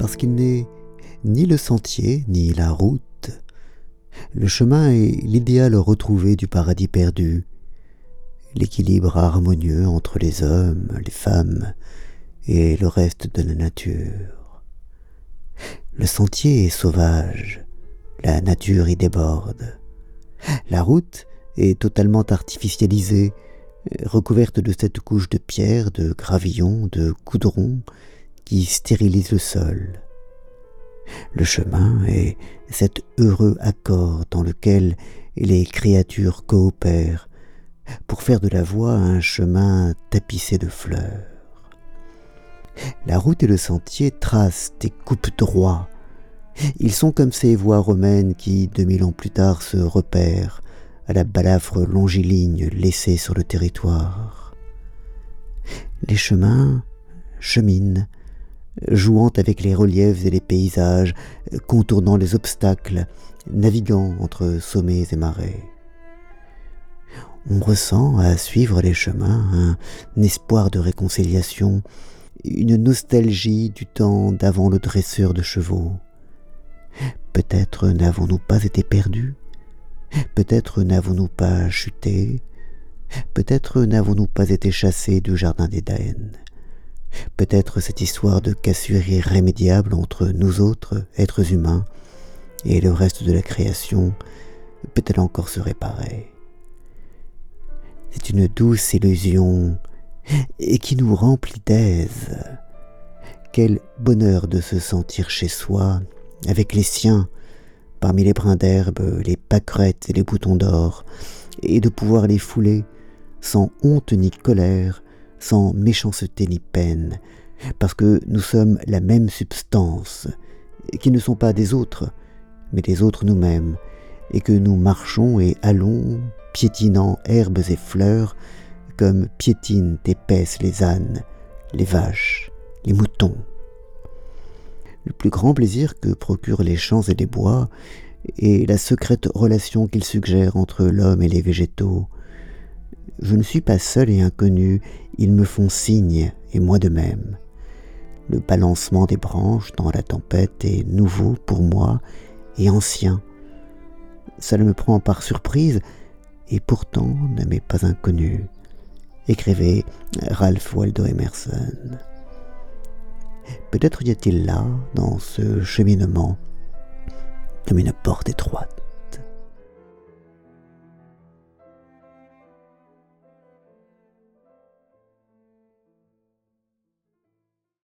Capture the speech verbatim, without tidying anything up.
parce qu'il n'est ni le sentier, ni la route. Le chemin est l'idéal retrouvé du paradis perdu, l'équilibre harmonieux entre les hommes, les femmes et le reste de la nature. Le sentier est sauvage, la nature y déborde. La route est totalement artificialisée, recouverte de cette couche de pierre, de gravillon, de goudron qui stérilise le sol. Le chemin est cet heureux accord dans lequel les créatures coopèrent pour faire de la voie un chemin tapissé de fleurs. La route et le sentier tracent et coupent droit. Ils sont comme ces voies romaines qui, deux mille ans plus tard, se repèrent à la balafre longiligne laissée sur le territoire. Les chemins cheminent, jouant avec les reliefs et les paysages, contournant les obstacles, naviguant entre sommets et marais. On ressent à suivre les chemins un espoir de réconciliation, une nostalgie du temps d'avant le dresseur de chevaux. Peut-être n'avons-nous pas été perdus, peut-être n'avons-nous pas chuté, peut-être n'avons-nous pas été chassés du jardin d'Éden. Peut-être cette histoire de cassure irrémédiable entre nous autres, êtres humains, et le reste de la création peut-elle encore se réparer. C'est une douce illusion et qui nous remplit d'aise. Quel bonheur de se sentir chez soi, avec les siens, parmi les brins d'herbe, les pâquerettes et les boutons d'or, et de pouvoir les fouler sans honte ni colère, sans méchanceté ni peine, parce que nous sommes la même substance, qui ne sont pas des autres, mais des autres nous-mêmes, et que nous marchons et allons, piétinant herbes et fleurs, comme piétinent épaisses les ânes, les vaches, les moutons. Le plus grand plaisir que procurent les champs et les bois est la secrète relation qu'ils suggèrent entre l'homme et les végétaux. Je ne suis pas seul et inconnu, ils me font signe, et moi de même. Le balancement des branches dans la tempête est nouveau pour moi et ancien. Cela me prend par surprise, et pourtant ne m'est pas inconnu, écrivait Ralph Waldo Emerson. Peut-être y a-t-il là, dans ce cheminement, comme une porte étroite.